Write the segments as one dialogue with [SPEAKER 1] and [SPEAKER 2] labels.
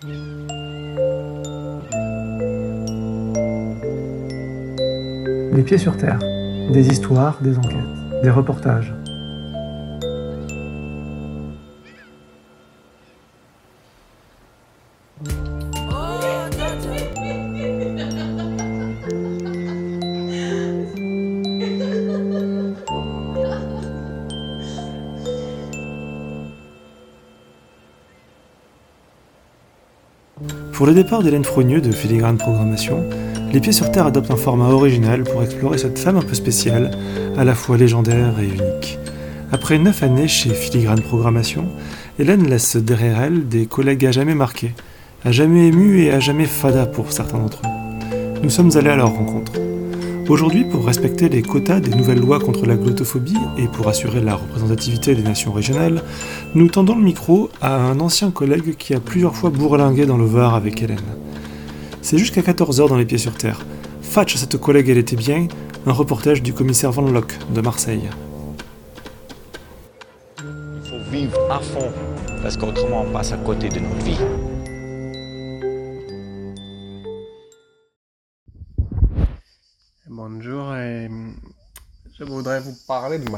[SPEAKER 1] Les pieds sur terre, des histoires, des enquêtes, des reportages.
[SPEAKER 2] Pour le départ d'Hélène Frogneux de Filigrane Programmation, Les Pieds sur Terre adoptent un format original pour explorer cette femme un peu spéciale, à la fois légendaire et unique. Après 9 années chez Filigrane Programmation, Hélène laisse derrière elle des collègues à jamais marqués, à jamais émus et à jamais fada pour certains d'entre eux. Nous sommes allés à leur rencontre. Aujourd'hui, pour respecter les quotas des nouvelles lois contre la glottophobie et pour assurer la représentativité des nations régionales, nous tendons le micro à un ancien collègue qui a plusieurs fois bourlingué dans le Var avec Hélène. C'est jusqu'à 14h dans Les Pieds sur Terre. Fatch, cette collègue, elle était bien, un reportage du commissaire Van Locke de Marseille.
[SPEAKER 3] Il faut vivre à fond, parce qu'autrement on passe à côté de notre vie.
[SPEAKER 4] Bonjour, je voudrais vous parler de ma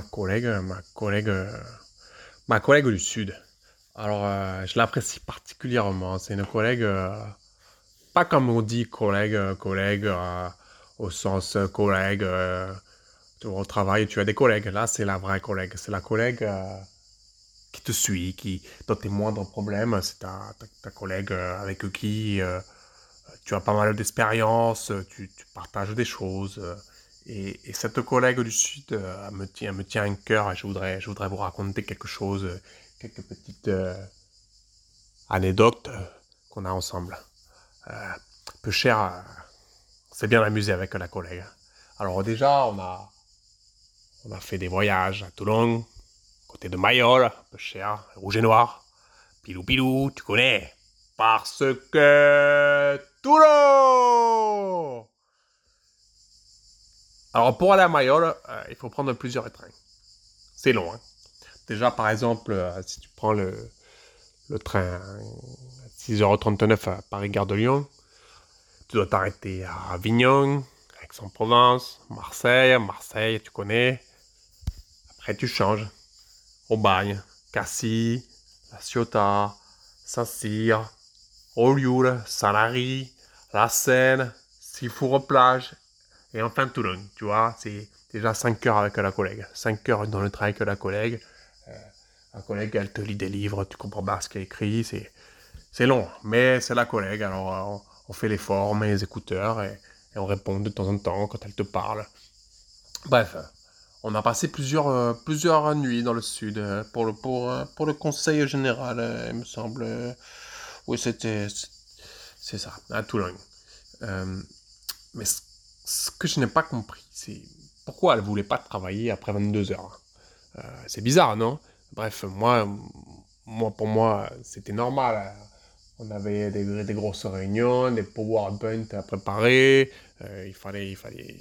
[SPEAKER 4] collègue du Sud. Alors, je l'apprécie particulièrement. C'est une collègue, pas comme on dit collègue au sens collègue, au travail, tu as des collègues. Là, c'est la vraie collègue. C'est la collègue qui te suit, dans tes moindres problèmes, c'est ta collègue avec qui tu as pas mal d'expérience, tu partages des choses. Et cette collègue du Sud me tient à cœur et je voudrais vous raconter quelque chose, quelques petites anecdotes qu'on a ensemble. Peu cher, on s'est bien amusé avec la collègue. Alors déjà, on a fait des voyages à Toulon, côté de Mayol, peu cher, rouge et noir. Pilou, tu connais. Parce que Toulon. Alors pour aller à Mayol, il faut prendre plusieurs trains. C'est long, hein. Déjà par exemple, si tu prends le train à 6h39 à Paris-Gare de Lyon, tu dois t'arrêter à Avignon, Aix-en-Provence, Marseille, tu connais. Après tu changes. Aubagne, Cassis, La Ciotat, Saint-Cyr, Olioul, Sanary, La Seine, Sifour-Plage, et enfin Toulon, tu vois, c'est déjà 5 heures avec la collègue. 5 heures dans le train avec la collègue. La collègue, elle te lit des livres, tu comprends pas ce qu'elle écrit, c'est long, mais c'est la collègue, alors on fait l'effort, on met les écouteurs et on répond de temps en temps quand elle te parle. Bref, on a passé plusieurs nuits dans le Sud pour le conseil général, il me semble. Oui, c'est ça, à Toulon. Mais ce que je n'ai pas compris, c'est pourquoi elle voulait pas travailler après 22 heures. C'est bizarre, non? Bref, pour moi, c'était normal. On avait des grosses réunions, des PowerPoint à préparer. Il fallait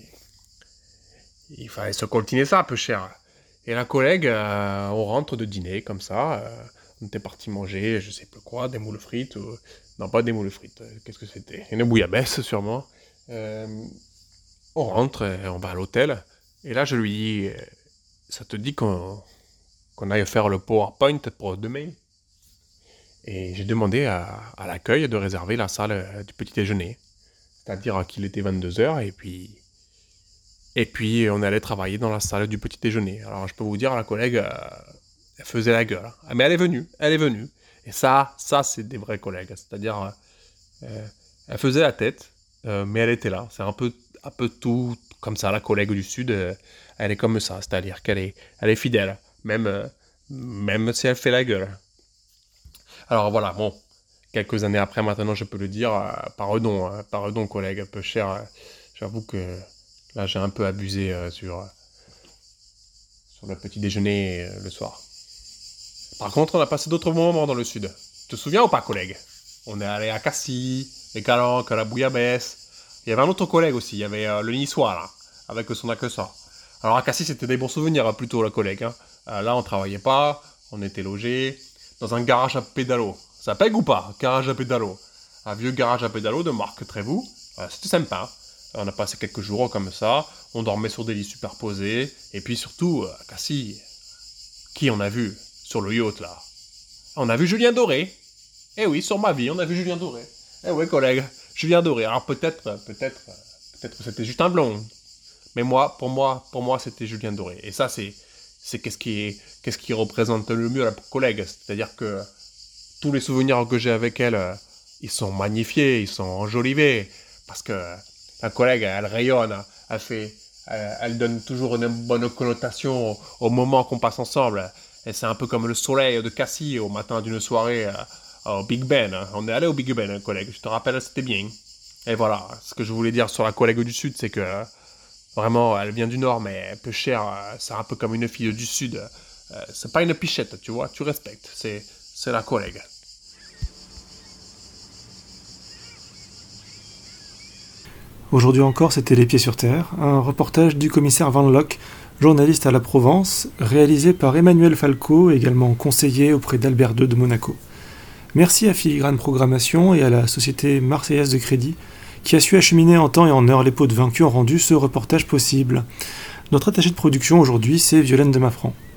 [SPEAKER 4] se coltiner ça, peu cher. Et la collègue, on rentre de dîner comme ça. On était parti manger, je sais plus quoi, des moules frites. Non, pas des moules frites. Qu'est-ce que c'était? Une bouillabaisse, sûrement. On rentre, on va à l'hôtel. Et là, je lui dis, ça te dit qu'on aille faire le PowerPoint pour demain? Et j'ai demandé à l'accueil de réserver la salle du petit déjeuner. C'est-à-dire qu'il était 22h et puis on allait travailler dans la salle du petit déjeuner. Alors je peux vous dire, la collègue, elle faisait la gueule. Ah, mais elle est venue. Et ça c'est des vrais collègues. C'est-à-dire, elle faisait la tête, mais elle était là. C'est un peu tout comme ça, la collègue du Sud, elle est comme ça. C'est-à-dire elle est fidèle, même si elle fait la gueule. Alors voilà, bon, quelques années après, maintenant je peux le dire, pardon collègue, peu cher, j'avoue que là j'ai un peu abusé sur le petit déjeuner le soir. Par contre, on a passé d'autres moments dans le Sud. Tu te souviens ou pas, collègue? On est allé à Cassis, les Calanques, la Bouillabaisse. Il y avait un autre collègue aussi, il y avait le Niçois là, avec son accent. Alors à Cassis, c'était des bons souvenirs plutôt, la collègue. Là, on travaillait pas, on était logés dans un garage à pédalo. Ça pègue ou pas, garage à pédalo? un vieux garage à pédalo de marque Trévoux. C'était sympa. On a passé quelques jours comme ça, on dormait sur des lits superposés, et puis surtout, Cassie, qui on a vu sur le yacht là? On a vu Julien Doré. Eh oui, sur ma vie, on a vu Julien Doré. Eh oui, collègue, Julien Doré. Alors peut-être c'était juste un blond. Mais pour moi, c'était Julien Doré. Et ça, c'est qu'est-ce qui représente le mieux la collègue. C'est-à-dire que tous les souvenirs que j'ai avec elle, ils sont magnifiés, ils sont enjolivés. Parce que la collègue, elle rayonne, elle donne toujours une bonne connotation au moment qu'on passe ensemble. Et c'est un peu comme le soleil de Cassie au matin d'une soirée au Big Ben. On est allé au Big Ben, collègue. Je te rappelle, c'était bien. Et voilà, ce que je voulais dire sur la collègue du Sud, c'est que vraiment, elle vient du Nord, mais peu cher. C'est un peu comme une fille du Sud. C'est pas une pichette, tu vois, tu respectes. C'est la collègue.
[SPEAKER 2] Aujourd'hui encore, c'était Les Pieds sur Terre, un reportage du commissaire Van Locke, journaliste à la Provence, réalisé par Emmanuel Falco, également conseiller auprès d'Albert II de Monaco. Merci à Filigrane Programmation et à la Société Marseillaise de Crédit, qui a su acheminer en temps et en heure les pots de vin qui ont rendu ce reportage possible. Notre attachée de production aujourd'hui, c'est Violaine de Maffran.